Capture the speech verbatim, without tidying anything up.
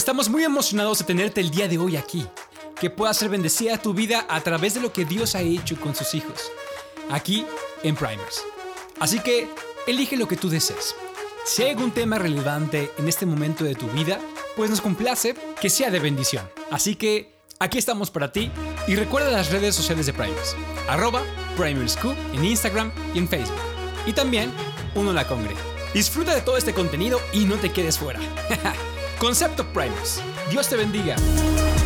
Estamos muy emocionados de tenerte el día de hoy aquí, que pueda ser bendecida tu vida a través de lo que Dios ha hecho con sus hijos, aquí en Primers. Así que elige lo que tú desees. Si hay algún tema relevante en este momento de tu vida, pues nos complace que sea de bendición. Así que aquí estamos para ti y recuerda las redes sociales de Primers, arroba PrimersQ en Instagram y en Facebook. Y también Uno la Congre. Disfruta de todo este contenido y no te quedes fuera. Concepto Primers. Dios te bendiga.